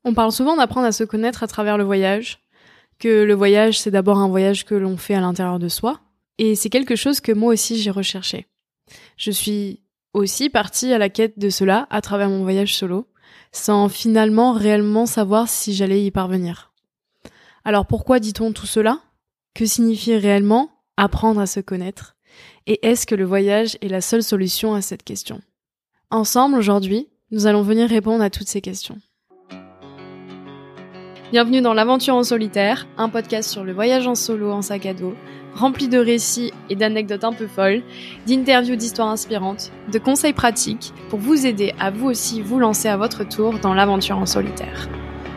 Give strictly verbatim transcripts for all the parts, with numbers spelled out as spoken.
On parle souvent d'apprendre à se connaître à travers le voyage, que le voyage, c'est d'abord un voyage que l'on fait à l'intérieur de soi, et c'est quelque chose que moi aussi j'ai recherché. Je suis aussi partie à la quête de cela à travers mon voyage solo, sans finalement réellement savoir si j'allais y parvenir. Alors pourquoi dit-on tout cela ? Que signifie réellement apprendre à se connaître ? Et est-ce que le voyage est la seule solution à cette question ? Ensemble, aujourd'hui, nous allons venir répondre à toutes ces questions. Bienvenue dans l'Aventure en solitaire, un podcast sur le voyage en solo en sac à dos, rempli de récits et d'anecdotes un peu folles, d'interviews d'histoires inspirantes, de conseils pratiques pour vous aider à vous aussi vous lancer à votre tour dans l'aventure en solitaire.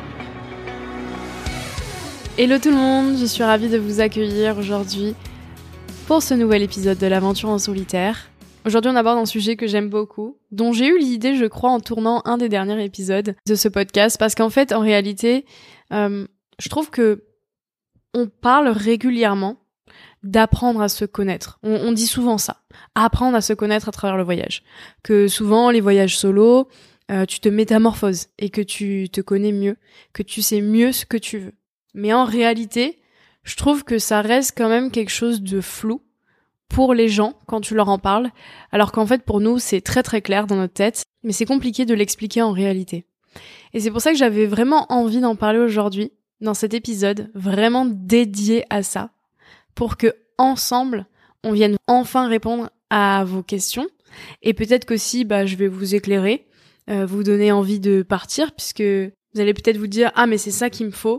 Hello tout le monde, je suis ravie de vous accueillir aujourd'hui pour ce nouvel épisode de l'Aventure en solitaire. Aujourd'hui, on aborde un sujet que j'aime beaucoup, dont j'ai eu l'idée, je crois, en tournant un des derniers épisodes de ce podcast, parce qu'en fait, en réalité, euh, je trouve que on parle régulièrement d'apprendre à se connaître. On, on dit souvent ça, apprendre à se connaître à travers le voyage. Que souvent, les voyages solo, euh, tu te métamorphoses et que tu te connais mieux, que tu sais mieux ce que tu veux. Mais en réalité, je trouve que ça reste quand même quelque chose de flou pour les gens quand tu leur en parles, alors qu'en fait pour nous c'est très très clair dans notre tête, mais c'est compliqué de l'expliquer en réalité. Et c'est pour ça que j'avais vraiment envie d'en parler aujourd'hui, dans cet épisode, vraiment dédié à ça, pour que ensemble on vienne enfin répondre à vos questions, et peut-être qu'aussi bah, je vais vous éclairer, euh, vous donner envie de partir, puisque vous allez peut-être vous dire « Ah mais c'est ça qu'il me faut !»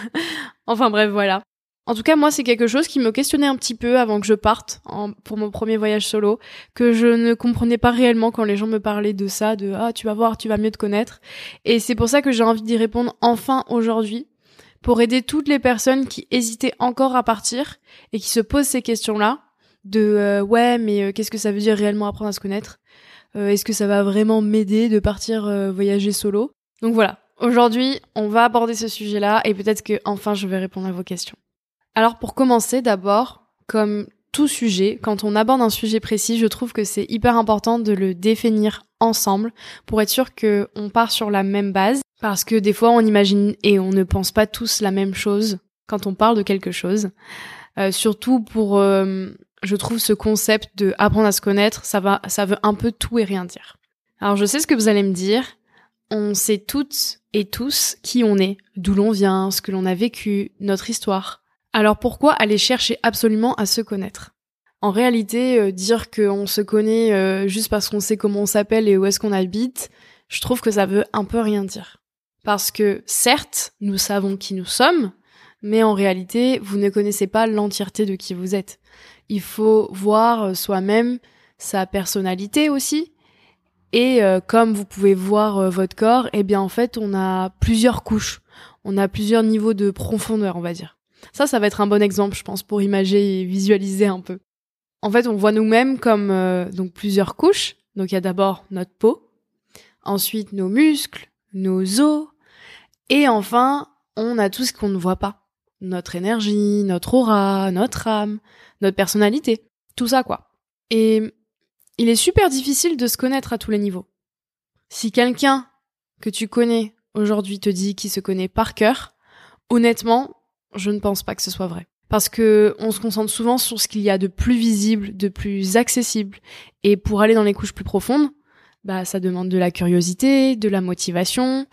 Enfin bref, voilà. En tout cas, moi, c'est quelque chose qui me questionnait un petit peu avant que je parte en, pour mon premier voyage solo, que je ne comprenais pas réellement quand les gens me parlaient de ça, de « Ah, tu vas voir, tu vas mieux te connaître ». Et c'est pour ça que j'ai envie d'y répondre enfin aujourd'hui, pour aider toutes les personnes qui hésitaient encore à partir et qui se posent ces questions-là, de euh, « Ouais, mais euh, qu'est-ce que ça veut dire réellement apprendre à se connaître euh, Est-ce que ça va vraiment m'aider de partir euh, voyager solo ?» Donc voilà, aujourd'hui, on va aborder ce sujet-là et peut-être que enfin je vais répondre à vos questions. Alors pour commencer, d'abord, comme tout sujet, quand on aborde un sujet précis, je trouve que c'est hyper important de le définir ensemble pour être sûr qu'on part sur la même base, parce que des fois on imagine et on ne pense pas tous la même chose quand on parle de quelque chose. Euh, surtout pour, euh, je trouve, ce concept de apprendre à se connaître, ça va, ça veut un peu tout et rien dire. Alors je sais ce que vous allez me dire. On sait toutes et tous qui on est, d'où l'on vient, ce que l'on a vécu, notre histoire. Alors pourquoi aller chercher absolument à se connaître ? En réalité, euh, dire qu'on se connaît euh, juste parce qu'on sait comment on s'appelle et où est-ce qu'on habite, je trouve que ça veut un peu rien dire. Parce que certes, nous savons qui nous sommes, mais en réalité, vous ne connaissez pas l'entièreté de qui vous êtes. Il faut voir soi-même sa personnalité aussi. Et euh, comme vous pouvez voir euh, votre corps, eh bien en fait, on a plusieurs couches. On a plusieurs niveaux de profondeur, on va dire. Ça, ça va être un bon exemple, je pense, pour imager et visualiser un peu. En fait, on voit nous-mêmes comme euh, donc plusieurs couches. Donc, il y a d'abord notre peau, ensuite nos muscles, nos os, et enfin, on a tout ce qu'on ne voit pas. Notre énergie, notre aura, notre âme, notre personnalité, tout ça, quoi. Et il est super difficile de se connaître à tous les niveaux. Si quelqu'un que tu connais aujourd'hui te dit qu'il se connaît par cœur, honnêtement, je ne pense pas que ce soit vrai. Parce que on se concentre souvent sur ce qu'il y a de plus visible, de plus accessible. Et pour aller dans les couches plus profondes, bah, ça demande de la curiosité, de la motivation,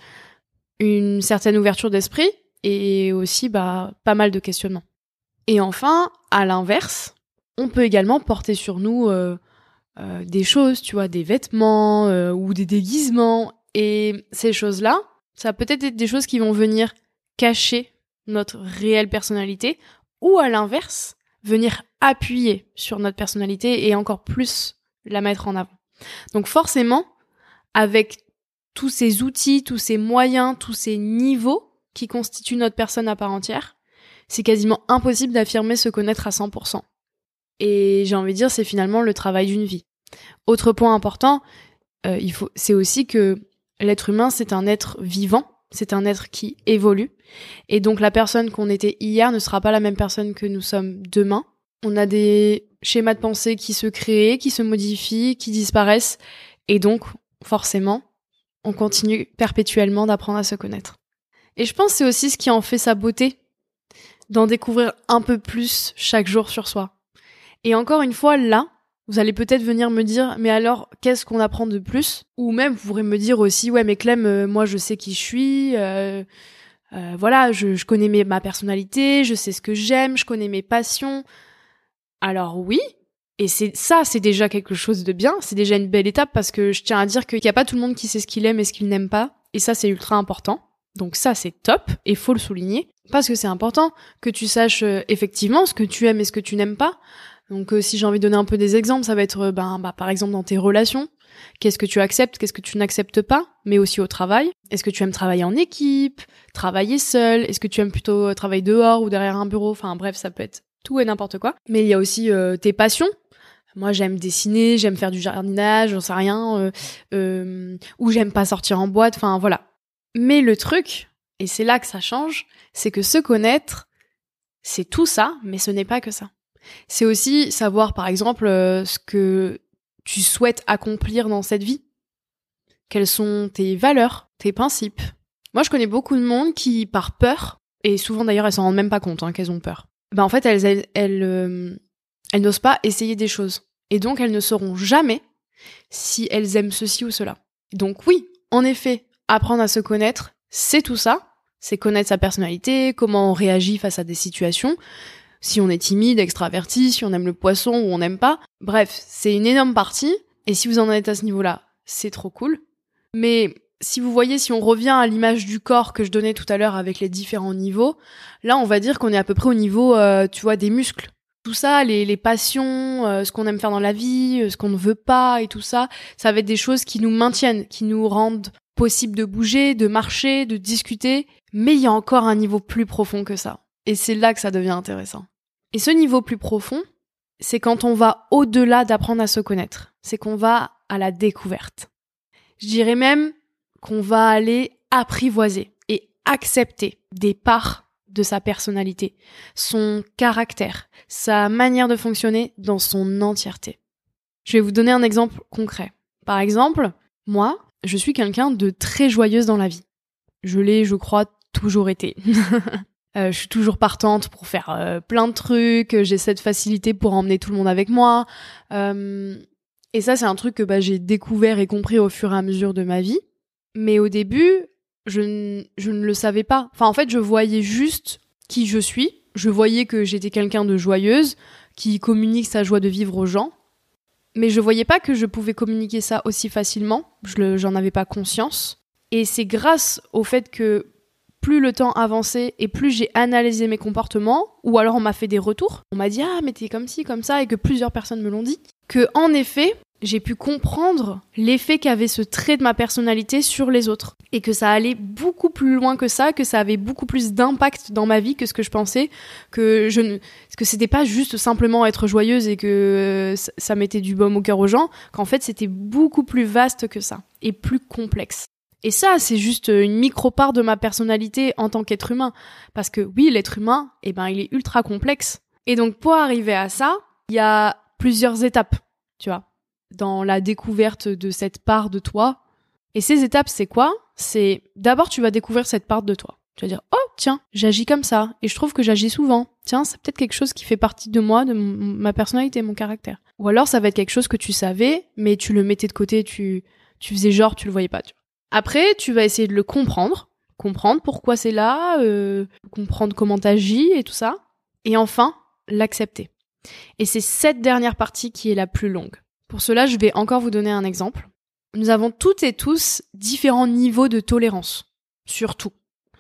une certaine ouverture d'esprit et aussi, bah, pas mal de questionnements. Et enfin, à l'inverse, on peut également porter sur nous euh, euh, des choses, tu vois, des vêtements euh, ou des déguisements. Et ces choses-là, ça peut être des choses qui vont venir cacher notre réelle personnalité, ou à l'inverse, venir appuyer sur notre personnalité et encore plus la mettre en avant. Donc forcément, avec tous ces outils, tous ces moyens, tous ces niveaux qui constituent notre personne à part entière, c'est quasiment impossible d'affirmer se connaître à cent pour cent. Et j'ai envie de dire, c'est finalement le travail d'une vie. Autre point important, euh, il faut, c'est aussi que l'être humain, c'est un être vivant. C'est un être qui évolue. Et donc la personne qu'on était hier ne sera pas la même personne que nous sommes demain. On a des schémas de pensée qui se créent, qui se modifient, qui disparaissent. Et donc, forcément, on continue perpétuellement d'apprendre à se connaître. Et je pense que c'est aussi ce qui en fait sa beauté, d'en découvrir un peu plus chaque jour sur soi. Et encore une fois, là, vous allez peut-être venir me dire, mais alors, qu'est-ce qu'on apprend de plus ? Ou même, vous pourrez me dire aussi, ouais, mais Clem, euh, moi, je sais qui je suis, euh, euh, voilà, je, je connais mes, ma personnalité, je sais ce que j'aime, je connais mes passions. Alors oui, et c'est ça, c'est déjà quelque chose de bien, c'est déjà une belle étape, parce que je tiens à dire qu'il n'y a pas tout le monde qui sait ce qu'il aime et ce qu'il n'aime pas, et ça, c'est ultra important. Donc ça, c'est top, et faut le souligner, parce que c'est important que tu saches euh, effectivement ce que tu aimes et ce que tu n'aimes pas. Donc euh, si j'ai envie de donner un peu des exemples, ça va être euh, ben, bah, par exemple dans tes relations, qu'est-ce que tu acceptes, qu'est-ce que tu n'acceptes pas, mais aussi au travail. Est-ce que tu aimes travailler en équipe, travailler seul, est-ce que tu aimes plutôt euh, travailler dehors ou derrière un bureau, enfin bref, ça peut être tout et n'importe quoi. Mais il y a aussi euh, tes passions. Moi, j'aime dessiner, j'aime faire du jardinage, j'en sais rien, euh, euh, ou j'aime pas sortir en boîte, enfin voilà. Mais le truc, et c'est là que ça change, c'est que se connaître, c'est tout ça, mais ce n'est pas que ça. C'est aussi savoir, par exemple, euh, ce que tu souhaites accomplir dans cette vie. Quelles sont tes valeurs, tes principes. Moi, je connais beaucoup de monde qui, par peur, et souvent d'ailleurs, elles s'en rendent même pas compte hein, qu'elles ont peur, ben en fait, elles, elles, elles, euh, elles n'osent pas essayer des choses. Et donc, elles ne sauront jamais si elles aiment ceci ou cela. Donc oui, en effet, apprendre à se connaître, c'est tout ça. C'est connaître sa personnalité, comment on réagit face à des situations, si on est timide, extraverti, si on aime le poisson ou on n'aime pas. Bref, c'est une énorme partie. Et si vous en êtes à ce niveau-là, c'est trop cool. Mais si vous voyez, si on revient à l'image du corps que je donnais tout à l'heure avec les différents niveaux, là, on va dire qu'on est à peu près au niveau, euh, tu vois, des muscles. Tout ça, les, les passions, euh, ce qu'on aime faire dans la vie, euh, ce qu'on ne veut pas et tout ça, ça va être des choses qui nous maintiennent, qui nous rendent possible de bouger, de marcher, de discuter. Mais il y a encore un niveau plus profond que ça. Et c'est là que ça devient intéressant. Et ce niveau plus profond, c'est quand on va au-delà d'apprendre à se connaître. C'est qu'on va à la découverte. Je dirais même qu'on va aller apprivoiser et accepter des parts de sa personnalité, son caractère, sa manière de fonctionner dans son entièreté. Je vais vous donner un exemple concret. Par exemple, moi, je suis quelqu'un de très joyeuse dans la vie. Je l'ai, je crois, toujours été. euh, je suis toujours partante pour faire euh, plein de trucs, j'ai cette facilité pour emmener tout le monde avec moi. Euh, et ça, c'est un truc que bah, j'ai découvert et compris au fur et à mesure de ma vie. Mais au début, je, n- je ne le savais pas. Enfin, en fait, je voyais juste qui je suis. Je voyais que j'étais quelqu'un de joyeuse, qui communique sa joie de vivre aux gens. Mais je voyais pas que je pouvais communiquer ça aussi facilement. Je le, j'en avais pas conscience. Et c'est grâce au fait que plus le temps avançait et plus j'ai analysé mes comportements, ou alors on m'a fait des retours, on m'a dit « Ah, mais t'es comme ci, comme ça », et que plusieurs personnes me l'ont dit, que en effet, j'ai pu comprendre l'effet qu'avait ce trait de ma personnalité sur les autres. Et que ça allait beaucoup plus loin que ça, que ça avait beaucoup plus d'impact dans ma vie que ce que je pensais, que je ne, que c'était pas juste simplement être joyeuse et que ça, ça mettait du baume au cœur aux gens, qu'en fait c'était beaucoup plus vaste que ça, et plus complexe. Et ça, c'est juste une micro-part de ma personnalité en tant qu'être humain. Parce que oui, l'être humain, eh ben, il est ultra complexe. Et donc, pour arriver à ça, il y a plusieurs étapes, tu vois, dans la découverte de cette part de toi. Et ces étapes, c'est quoi ? C'est, d'abord, tu vas découvrir cette part de toi. Tu vas dire, oh, tiens, j'agis comme ça. Et je trouve que j'agis souvent. Tiens, c'est peut-être quelque chose qui fait partie de moi, de m- ma personnalité, mon caractère. Ou alors, ça va être quelque chose que tu savais, mais tu le mettais de côté, tu, tu faisais genre, tu le voyais pas, tu vois. Après, tu vas essayer de le comprendre, comprendre pourquoi c'est là, euh, comprendre comment t'agis et tout ça. Et enfin, l'accepter. Et c'est cette dernière partie qui est la plus longue. Pour cela, je vais encore vous donner un exemple. Nous avons toutes et tous différents niveaux de tolérance, sur tout.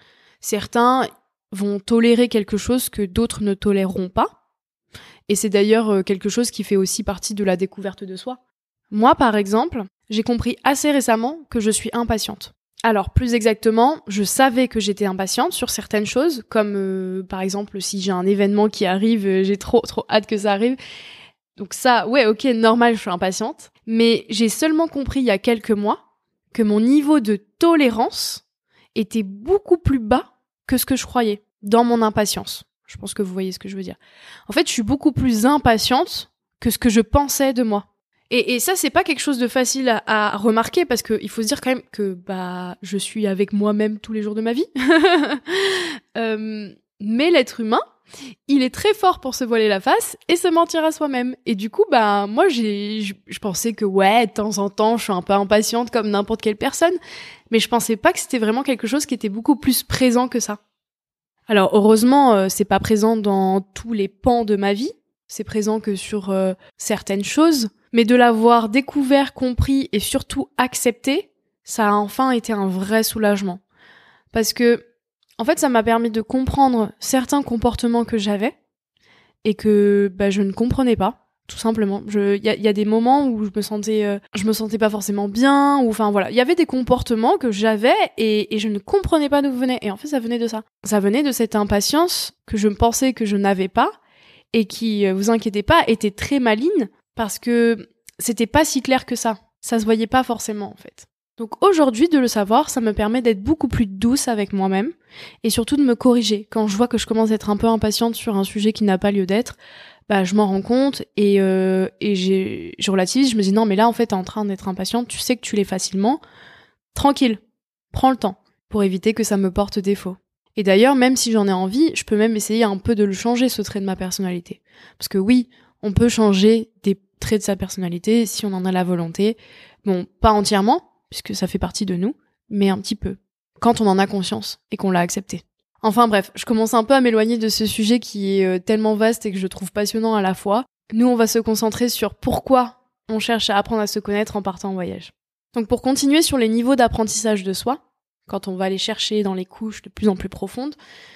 Certains vont tolérer quelque chose que d'autres ne toléreront pas. Et c'est d'ailleurs quelque chose qui fait aussi partie de la découverte de soi. Moi, par exemple, j'ai compris assez récemment que je suis impatiente. Alors, plus exactement, je savais que j'étais impatiente sur certaines choses, comme euh, par exemple, si j'ai un événement qui arrive, euh, j'ai trop trop hâte que ça arrive. Donc ça, ouais, ok, normal, je suis impatiente. Mais j'ai seulement compris il y a quelques mois que mon niveau de tolérance était beaucoup plus bas que ce que je croyais dans mon impatience. Je pense que vous voyez ce que je veux dire. En fait, je suis beaucoup plus impatiente que ce que je pensais de moi. Et, et ça, c'est pas quelque chose de facile à, à remarquer parce que il faut se dire quand même que bah je suis avec moi-même tous les jours de ma vie. euh, mais l'être humain, il est très fort pour se voiler la face et se mentir à soi-même. Et du coup, bah moi, j'ai, je, je pensais que ouais, de temps en temps, je suis un peu impatiente comme n'importe quelle personne, mais je pensais pas que c'était vraiment quelque chose qui était beaucoup plus présent que ça. Alors heureusement, euh, c'est pas présent dans tous les pans de ma vie. C'est présent que sur euh, certaines choses, mais de l'avoir découvert, compris et surtout accepté, ça a enfin été un vrai soulagement. Parce que, en fait, ça m'a permis de comprendre certains comportements que j'avais et que bah, je ne comprenais pas, tout simplement. Il y a, y a des moments où je me sentais, euh, je me sentais pas forcément bien, ou enfin voilà, il y avait des comportements que j'avais et, et je ne comprenais pas d'où venait. Et en fait, ça venait de ça. Ça venait de cette impatience que je pensais que je n'avais pas. Et qui, euh, vous inquiétez pas, était très maligne parce que c'était pas si clair que ça. Ça se voyait pas forcément en fait. Donc aujourd'hui, de le savoir, ça me permet d'être beaucoup plus douce avec moi-même et surtout de me corriger. Quand je vois que je commence à être un peu impatiente sur un sujet qui n'a pas lieu d'être, bah je m'en rends compte et, euh, et j'ai, je relativise, je me dis non mais là en fait t'es en train d'être impatiente, tu sais que tu l'es facilement. Tranquille, prends le temps pour éviter que ça me porte défaut. Et d'ailleurs, même si j'en ai envie, je peux même essayer un peu de le changer, ce trait de ma personnalité. Parce que oui, on peut changer des traits de sa personnalité si on en a la volonté. Bon, pas entièrement, puisque ça fait partie de nous, mais un petit peu. Quand on en a conscience et qu'on l'a accepté. Enfin bref, je commence un peu à m'éloigner de ce sujet qui est euh, tellement vaste et que je trouve passionnant à la fois. Nous, on va se concentrer sur pourquoi on cherche à apprendre à se connaître en partant en voyage. Donc pour continuer sur les niveaux d'apprentissage de soi, quand on va aller chercher dans les couches de plus en plus profondes,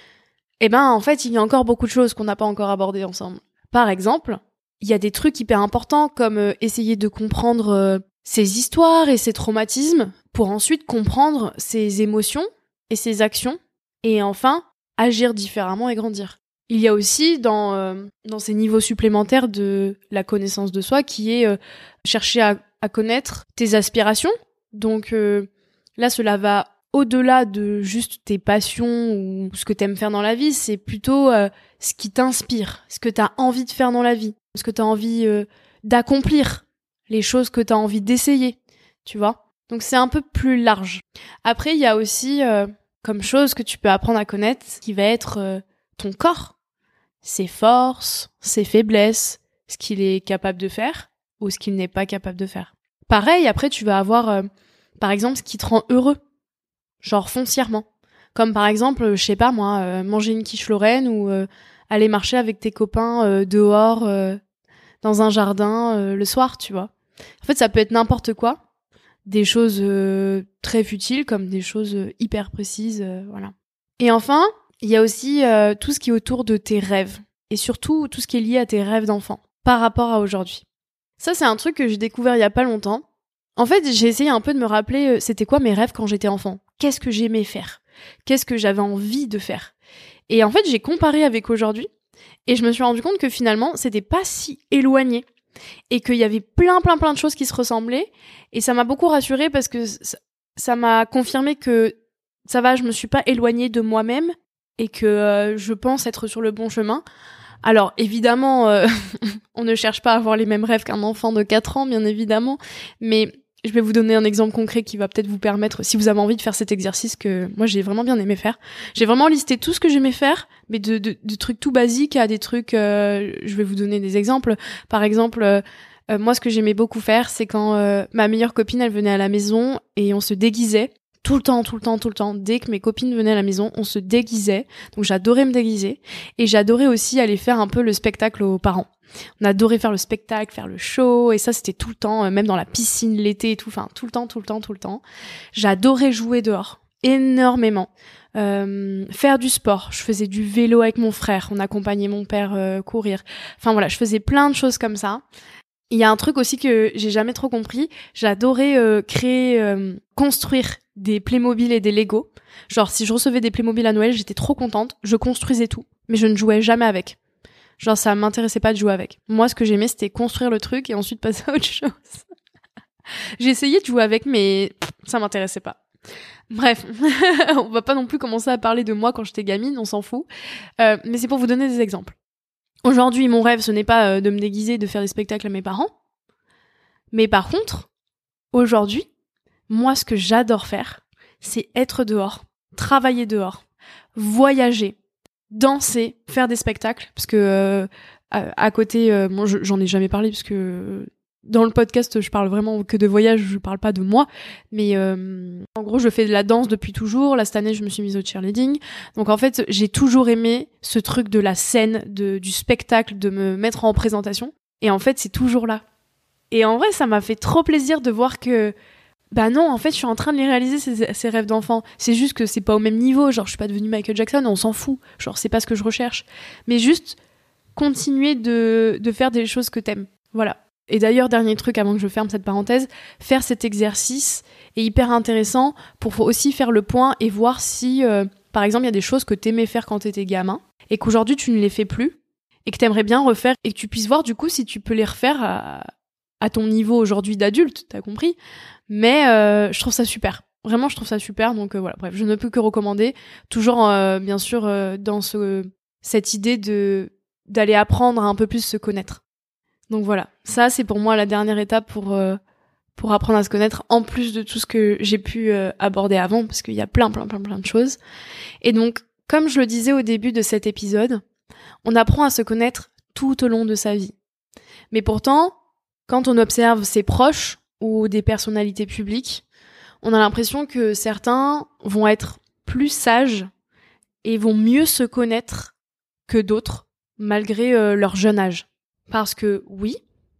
eh ben, en fait, il y a encore beaucoup de choses qu'on n'a pas encore abordées ensemble. Par exemple, il y a des trucs hyper importants comme euh, essayer de comprendre euh, ses histoires et ses traumatismes pour ensuite comprendre ses émotions et ses actions et enfin, agir différemment et grandir. Il y a aussi dans, euh, dans ces niveaux supplémentaires de la connaissance de soi qui est euh, chercher à, à connaître tes aspirations. Donc euh, là, cela va au-delà de juste tes passions ou ce que t'aimes faire dans la vie, c'est plutôt euh, ce qui t'inspire, ce que t'as envie de faire dans la vie, ce que t'as envie euh, d'accomplir, les choses que t'as envie d'essayer, tu vois. Donc c'est un peu plus large. Après, il y a aussi euh, comme chose que tu peux apprendre à connaître qui va être euh, ton corps, ses forces, ses faiblesses, ce qu'il est capable de faire ou ce qu'il n'est pas capable de faire. Pareil, après tu vas avoir euh, par exemple ce qui te rend heureux. Genre foncièrement. Comme par exemple, je sais pas moi, euh, manger une quiche Lorraine ou euh, aller marcher avec tes copains euh, dehors euh, dans un jardin euh, le soir, tu vois. En fait, ça peut être n'importe quoi. Des choses euh, très futiles comme des choses euh, hyper précises, euh, voilà. Et enfin, il y a aussi euh, tout ce qui est autour de tes rêves. Et surtout, tout ce qui est lié à tes rêves d'enfant par rapport à aujourd'hui. Ça, c'est un truc que j'ai découvert il y a pas longtemps. En fait, j'ai essayé un peu de me rappeler euh, c'était quoi mes rêves quand j'étais enfant. Qu'est-ce que j'aimais faire ? Qu'est-ce que j'avais envie de faire ? Et en fait, j'ai comparé avec aujourd'hui et je me suis rendu compte que finalement, c'était pas si éloigné et qu'il y avait plein, plein, plein de choses qui se ressemblaient et ça m'a beaucoup rassurée parce que ça, ça m'a confirmé que ça va, je me suis pas éloignée de moi-même et que euh, je pense être sur le bon chemin. Alors, évidemment, euh, on ne cherche pas à avoir les mêmes rêves qu'un enfant de quatre ans, bien évidemment, mais je vais vous donner un exemple concret qui va peut-être vous permettre, si vous avez envie de faire cet exercice que moi j'ai vraiment bien aimé faire. J'ai vraiment listé tout ce que j'aimais faire, mais de, de, de trucs tout basiques à des trucs, euh, je vais vous donner des exemples. Par exemple, euh, euh, moi ce que j'aimais beaucoup faire, c'est quand euh, ma meilleure copine, elle venait à la maison et on se déguisait. Tout le temps, tout le temps, tout le temps. Dès que mes copines venaient à la maison, on se déguisait. Donc j'adorais me déguiser. Et j'adorais aussi aller faire un peu le spectacle aux parents. On adorait faire le spectacle, faire le show. Et ça, c'était tout le temps, même dans la piscine l'été et tout. Enfin, tout le temps, tout le temps, tout le temps. J'adorais jouer dehors. Énormément. Euh, faire du sport. Je faisais du vélo avec mon frère. On accompagnait mon père euh, courir. Enfin voilà, je faisais plein de choses comme ça. Il y a un truc aussi que j'ai jamais trop compris. J'adorais euh, créer, euh, construire des Playmobil et des Lego. Genre, si je recevais des Playmobil à Noël, j'étais trop contente. Je construisais tout, mais je ne jouais jamais avec. Genre, ça m'intéressait pas de jouer avec. Moi, ce que j'aimais, c'était construire le truc et ensuite passer à autre chose. J'ai essayé de jouer avec, mais ça m'intéressait pas. Bref, on va pas non plus commencer à parler de moi quand j'étais gamine, on s'en fout. Euh, mais c'est pour vous donner des exemples. Aujourd'hui, mon rêve, ce n'est pas euh, de me déguiser, de faire des spectacles à mes parents, Mais par contre, aujourd'hui, moi, ce que j'adore faire, c'est être dehors, travailler dehors, voyager, danser, faire des spectacles. Parce que euh, à, à côté, euh, bon, je, j'en ai jamais parlé parce que dans le podcast, je parle vraiment que de voyage, je parle pas de moi. Mais euh, en gros, je fais de la danse depuis toujours. Là, cette année, je me suis mise au cheerleading. Donc en fait, j'ai toujours aimé ce truc de la scène, de, du spectacle, de me mettre en présentation. Et en fait, c'est toujours là. Et en vrai, ça m'a fait trop plaisir de voir que bah non, en fait, je suis en train de les réaliser, ces, ces rêves d'enfant. C'est juste que c'est pas au même niveau. Genre, je suis pas devenue Michael Jackson, on s'en fout. Genre, c'est pas ce que je recherche. Mais juste continuer de, de faire des choses que t'aimes. Voilà. Et d'ailleurs, dernier truc avant que je ferme cette parenthèse, faire cet exercice est hyper intéressant pour aussi faire le point et voir si, euh, par exemple, il y a des choses que t'aimais faire quand t'étais gamin et qu'aujourd'hui tu ne les fais plus et que t'aimerais bien refaire et que tu puisses voir du coup si tu peux les refaire à, à ton niveau aujourd'hui d'adulte, t'as compris. Mais euh, je trouve ça super. Vraiment, je trouve ça super. Donc euh, voilà, bref, je ne peux que recommander. Toujours, euh, bien sûr, euh, dans ce, cette idée de d'aller apprendre à un peu plus se connaître. Donc voilà, ça c'est pour moi la dernière étape pour euh, pour apprendre à se connaître, en plus de tout ce que j'ai pu euh, aborder avant, parce qu'il y a plein plein plein plein de choses. Et donc, comme je le disais au début de cet épisode, on apprend à se connaître tout au long de sa vie. Mais pourtant, quand on observe ses proches ou des personnalités publiques, on a l'impression que certains vont être plus sages et vont mieux se connaître que d'autres, malgré euh, leur jeune âge. Parce que oui,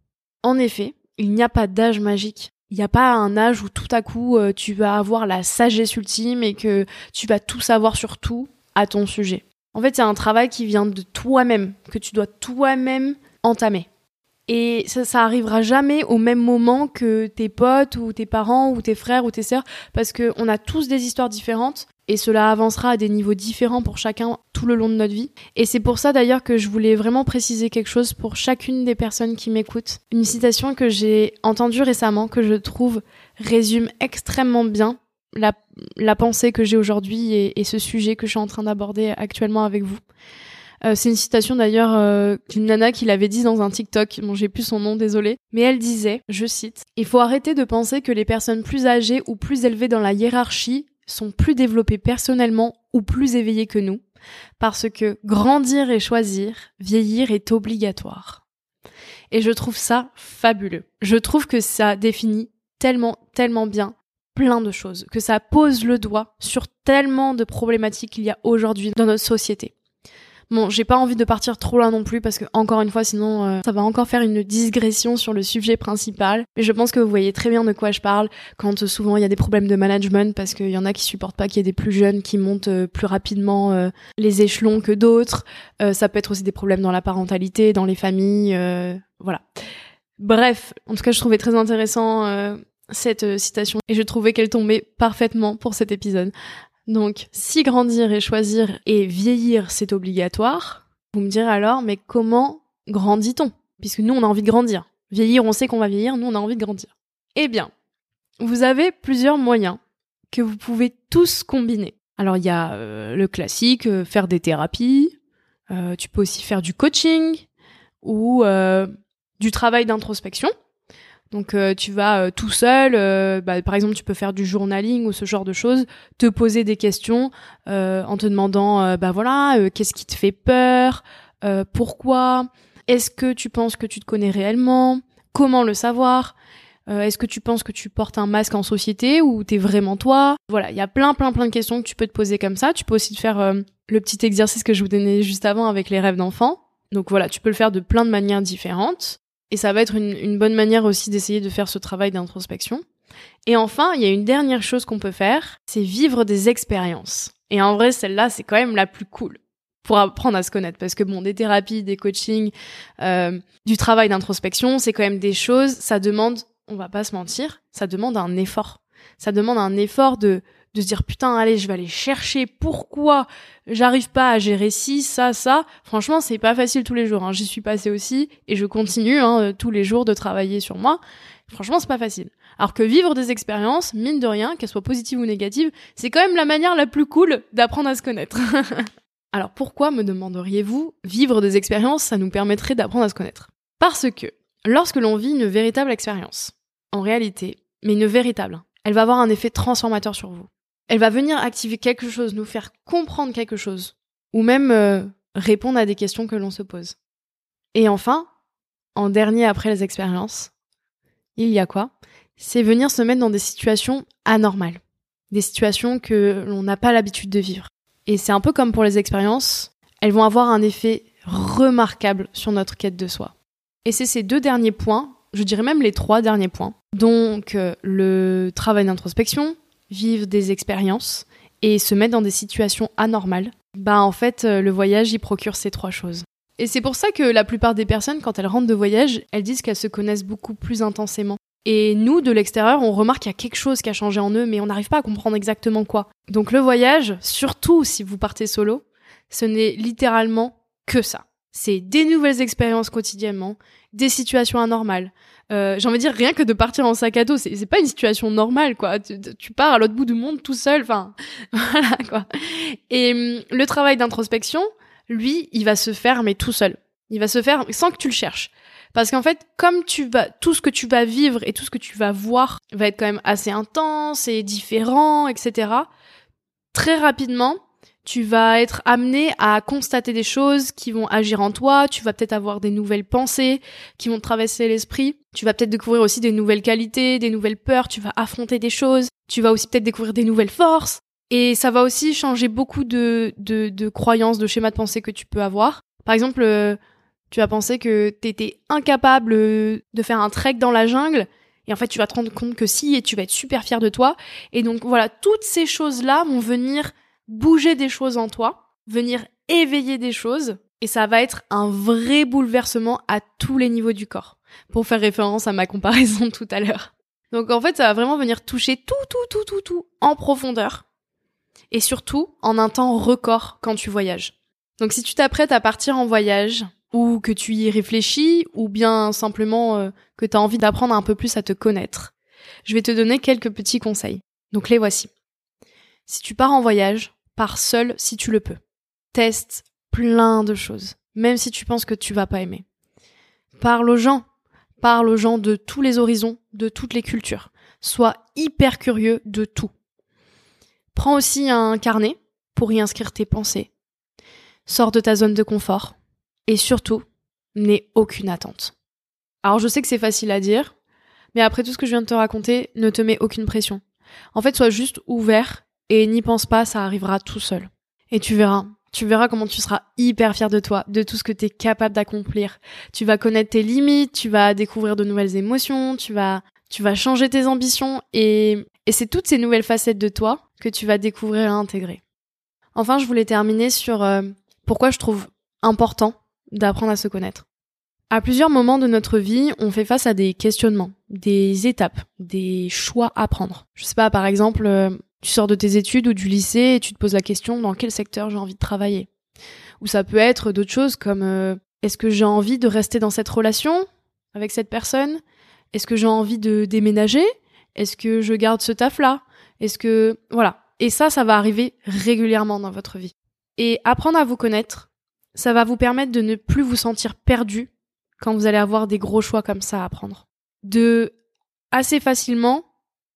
en effet, il n'y a pas d'âge magique. Il n'y a pas un âge où tout à coup euh, tu vas avoir la sagesse ultime et que tu vas tout savoir sur tout à ton sujet. En fait, c'est un travail qui vient de toi-même, que tu dois toi-même entamer. Et ça, ça arrivera jamais au même moment que tes potes ou tes parents ou tes frères ou tes sœurs, parce qu'on a tous des histoires différentes et cela avancera à des niveaux différents pour chacun tout le long de notre vie. Et c'est pour ça d'ailleurs que je voulais vraiment préciser quelque chose pour chacune des personnes qui m'écoutent. Une citation que j'ai entendue récemment, que je trouve résume extrêmement bien la, la pensée que j'ai aujourd'hui et, et ce sujet que je suis en train d'aborder actuellement avec vous. Euh, c'est une citation d'ailleurs euh, d'une nana qui l'avait dit dans un TikTok, bon j'ai plus son nom, désolée, mais elle disait, je cite, « Il faut arrêter de penser que les personnes plus âgées ou plus élevées dans la hiérarchie sont plus développées personnellement ou plus éveillées que nous, parce que grandir et choisir, vieillir est obligatoire. » Et je trouve ça fabuleux. Je trouve que ça définit tellement, tellement bien plein de choses, que ça pose le doigt sur tellement de problématiques qu'il y a aujourd'hui dans notre société. Bon, j'ai pas envie de partir trop loin non plus parce que, encore une fois, sinon euh, ça va encore faire une digression sur le sujet principal. Mais je pense que vous voyez très bien de quoi je parle quand euh, souvent il y a des problèmes de management parce qu'il y en a qui supportent pas qu'il y ait des plus jeunes qui montent euh, plus rapidement euh, les échelons que d'autres. Euh, ça peut être aussi des problèmes dans la parentalité, dans les familles, euh, voilà. Bref, en tout cas, je trouvais très intéressant euh, cette euh, citation et je trouvais qu'elle tombait parfaitement pour cet épisode. Donc, si grandir et choisir et vieillir, c'est obligatoire, vous me direz alors, mais comment grandit-on ? Puisque nous, on a envie de grandir. Vieillir, on sait qu'on va vieillir, nous, on a envie de grandir. Eh bien, vous avez plusieurs moyens que vous pouvez tous combiner. Alors, il y a euh, le classique, euh, faire des thérapies, euh, tu peux aussi faire du coaching ou euh, du travail d'introspection. Donc euh, tu vas euh, tout seul, euh, bah, par exemple tu peux faire du journaling ou ce genre de choses, te poser des questions euh, en te demandant, euh, bah voilà, euh, qu'est-ce qui te fait peur, euh, pourquoi, est-ce que tu penses que tu te connais réellement, comment le savoir, euh, est-ce que tu penses que tu portes un masque en société ou t'es vraiment toi. Voilà, il y a plein plein plein de questions que tu peux te poser comme ça. Tu peux aussi te faire euh, le petit exercice que je vous donnais juste avant avec les rêves d'enfant. Donc voilà, tu peux le faire de plein de manières différentes. Et ça va être une, une bonne manière aussi d'essayer de faire ce travail d'introspection. Et enfin, il y a une dernière chose qu'on peut faire, c'est vivre des expériences. Et en vrai, celle-là, c'est quand même la plus cool pour apprendre à se connaître. Parce que bon, des thérapies, des coachings, euh, du travail d'introspection, c'est quand même des choses, ça demande, on va pas se mentir, ça demande un effort. Ça demande un effort de... de se dire putain allez je vais aller chercher pourquoi j'arrive pas à gérer ci, ça, ça. Franchement c'est pas facile tous les jours, hein. J'y suis passée aussi et je continue hein, tous les jours de travailler sur moi. Franchement c'est pas facile. Alors que vivre des expériences, mine de rien, qu'elles soient positives ou négatives, c'est quand même la manière la plus cool d'apprendre à se connaître. Alors pourquoi, me demanderiez-vous, vivre des expériences ça nous permettrait d'apprendre à se connaître ? Parce que lorsque l'on vit une véritable expérience, en réalité, mais une véritable, elle va avoir un effet transformateur sur vous. Elle va venir activer quelque chose, nous faire comprendre quelque chose, ou même euh, répondre à des questions que l'on se pose. Et enfin, en dernier après les expériences, il y a quoi ? C'est venir se mettre dans des situations anormales, des situations que l'on n'a pas l'habitude de vivre. Et c'est un peu comme pour les expériences, elles vont avoir un effet remarquable sur notre quête de soi. Et c'est ces deux derniers points, je dirais même les trois derniers points, donc euh, le travail d'introspection, vivre des expériences et se mettre dans des situations anormales, bah en fait, euh, le voyage, il procure ces trois choses. Et c'est pour ça que la plupart des personnes, quand elles rentrent de voyage, elles disent qu'elles se connaissent beaucoup plus intensément. Et nous, de l'extérieur, on remarque qu'il y a quelque chose qui a changé en eux, mais on n'arrive pas à comprendre exactement quoi. Donc le voyage, surtout si vous partez solo, ce n'est littéralement que ça. C'est des nouvelles expériences quotidiennement, des situations anormales. Euh, j'ai envie de dire, rien que de partir en sac à dos, c'est, c'est pas une situation normale, quoi. Tu, tu pars à l'autre bout du monde tout seul, enfin, voilà, quoi. Et hum, le travail d'introspection, lui, il va se faire, mais tout seul. Il va se faire sans que tu le cherches. Parce qu'en fait, comme tu vas, tout ce que tu vas vivre et tout ce que tu vas voir va être quand même assez intense et différent, et cetera. Très rapidement, tu vas être amené à constater des choses qui vont agir en toi, tu vas peut-être avoir des nouvelles pensées qui vont te traverser l'esprit, tu vas peut-être découvrir aussi des nouvelles qualités, des nouvelles peurs, tu vas affronter des choses, tu vas aussi peut-être découvrir des nouvelles forces, et ça va aussi changer beaucoup de, de, de croyances, de schémas de pensée que tu peux avoir. Par exemple, euh, tu vas penser que t'étais incapable de faire un trek dans la jungle, et en fait tu vas te rendre compte que si, et tu vas être super fier de toi, et donc voilà, toutes ces choses-là vont venir bouger des choses en toi, venir éveiller des choses, et ça va être un vrai bouleversement à tous les niveaux du corps, pour faire référence à ma comparaison de tout à l'heure. Donc en fait, ça va vraiment venir toucher tout, tout, tout, tout, tout, en profondeur, et surtout en un temps record quand tu voyages. Donc si tu t'apprêtes à partir en voyage, ou que tu y réfléchis, ou bien simplement euh, que tu as envie d'apprendre un peu plus à te connaître, je vais te donner quelques petits conseils. Donc les voici. Si tu pars en voyage, pars seul si tu le peux. Teste plein de choses, même si tu penses que tu vas pas aimer. Parle aux gens, parle aux gens de tous les horizons, de toutes les cultures. Sois hyper curieux de tout. Prends aussi un carnet pour y inscrire tes pensées. Sors de ta zone de confort. Et surtout, n'aie aucune attente. Alors je sais que c'est facile à dire, mais après tout ce que je viens de te raconter, ne te mets aucune pression. En fait, sois juste ouvert et n'y pense pas, ça arrivera tout seul. Et tu verras, tu verras comment tu seras hyper fier de toi, de tout ce que tu es capable d'accomplir. Tu vas connaître tes limites, tu vas découvrir de nouvelles émotions, tu vas, tu vas changer tes ambitions et, et c'est toutes ces nouvelles facettes de toi que tu vas découvrir et intégrer. Enfin, je voulais terminer sur euh, pourquoi je trouve important d'apprendre à se connaître. À plusieurs moments de notre vie, on fait face à des questionnements, des étapes, des choix à prendre. Je sais pas, par exemple, euh, tu sors de tes études ou du lycée et tu te poses la question dans quel secteur j'ai envie de travailler. Ou ça peut être d'autres choses comme euh, est-ce que j'ai envie de rester dans cette relation avec cette personne ? Est-ce que j'ai envie de déménager ? Est-ce que je garde ce taf-là ? Est-ce que... Voilà. Et ça, ça va arriver régulièrement dans votre vie. Et apprendre à vous connaître, ça va vous permettre de ne plus vous sentir perdu quand vous allez avoir des gros choix comme ça à prendre. De assez facilement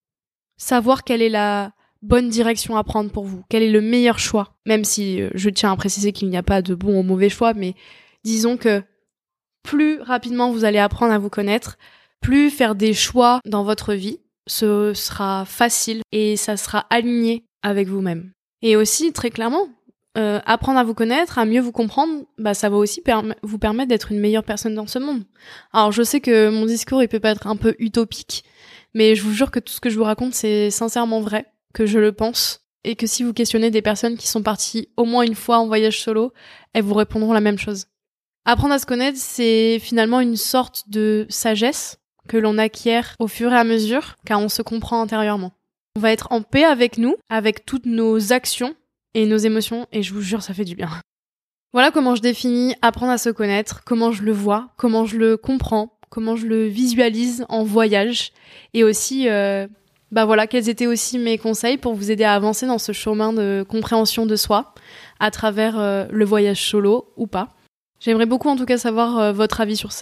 savoir quelle est la bonne direction à prendre pour vous, quel est le meilleur choix. Même si euh, je tiens à préciser qu'il n'y a pas de bon ou mauvais choix, mais disons que plus rapidement vous allez apprendre à vous connaître, plus faire des choix dans votre vie, ce sera facile et ça sera aligné avec vous-même. Et aussi, très clairement, Euh, apprendre à vous connaître, à mieux vous comprendre, bah ça va aussi perm- vous permettre d'être une meilleure personne dans ce monde. Alors je sais que mon discours il peut pas être un peu utopique, mais je vous jure que tout ce que je vous raconte c'est sincèrement vrai, que je le pense, et que si vous questionnez des personnes qui sont parties au moins une fois en voyage solo, elles vous répondront la même chose. Apprendre à se connaître, c'est finalement une sorte de sagesse que l'on acquiert au fur et à mesure, car on se comprend intérieurement. On va être en paix avec nous, avec toutes nos actions, et nos émotions, et je vous jure, ça fait du bien. Voilà comment je définis apprendre à se connaître, comment je le vois, comment je le comprends, comment je le visualise en voyage, et aussi, euh, bah voilà, quels étaient aussi mes conseils pour vous aider à avancer dans ce chemin de compréhension de soi, à travers euh, le voyage solo ou pas. J'aimerais beaucoup en tout cas savoir euh, votre avis sur ça,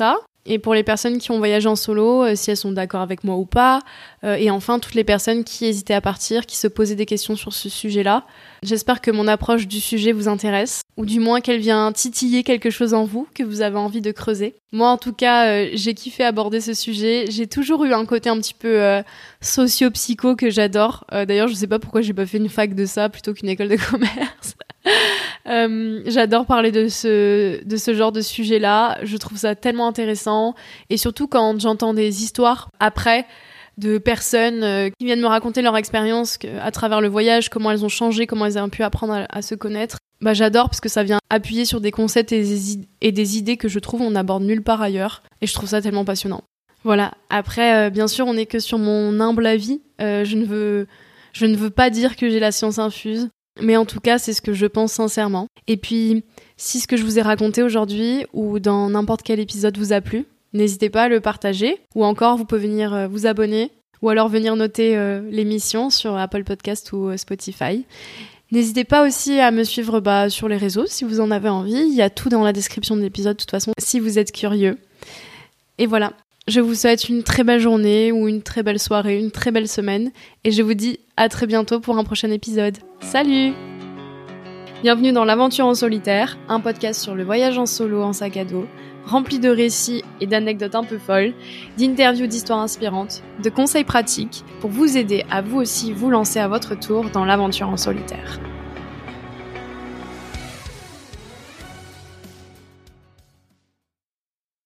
Et pour les personnes qui ont voyagé en solo, euh, si elles sont d'accord avec moi ou pas. Euh, et enfin, toutes les personnes qui hésitaient à partir, qui se posaient des questions sur ce sujet-là. J'espère que mon approche du sujet vous intéresse, ou du moins qu'elle vient titiller quelque chose en vous, que vous avez envie de creuser. Moi, en tout cas, euh, j'ai kiffé aborder ce sujet. J'ai toujours eu un côté un petit peu euh, socio-psycho que j'adore. Euh, d'ailleurs, je sais pas pourquoi j'ai pas fait une fac de ça plutôt qu'une école de commerce. Euh, j'adore parler de ce, de ce genre de sujet-là. Je trouve ça tellement intéressant. Et surtout quand j'entends des histoires après de personnes euh, qui viennent me raconter leur expérience que, à travers le voyage, comment elles ont changé, comment elles ont pu apprendre à, à se connaître. Bah, j'adore parce que ça vient appuyer sur des concepts et des, et des idées que je trouve on n'aborde nulle part ailleurs. Et je trouve ça tellement passionnant. Voilà. Après, euh, bien sûr, on n'est que sur mon humble avis. Euh, je ne veux, je ne veux pas dire que j'ai la science infuse. Mais en tout cas, c'est ce que je pense sincèrement. Et puis, si ce que je vous ai raconté aujourd'hui ou dans n'importe quel épisode vous a plu, n'hésitez pas à le partager. Ou encore, vous pouvez venir vous abonner ou alors venir noter euh, l'émission sur Apple Podcast ou euh, Spotify. N'hésitez pas aussi à me suivre bah, sur les réseaux si vous en avez envie. Il y a tout dans la description de l'épisode, de toute façon, si vous êtes curieux. Et voilà. Je vous souhaite une très belle journée ou une très belle soirée, une très belle semaine. Et je vous dis à très bientôt pour un prochain épisode. Salut! Bienvenue dans l'Aventure en solitaire, un podcast sur le voyage en solo en sac à dos, rempli de récits et d'anecdotes un peu folles, d'interviews d'histoires inspirantes, de conseils pratiques pour vous aider à vous aussi vous lancer à votre tour dans l'aventure en solitaire.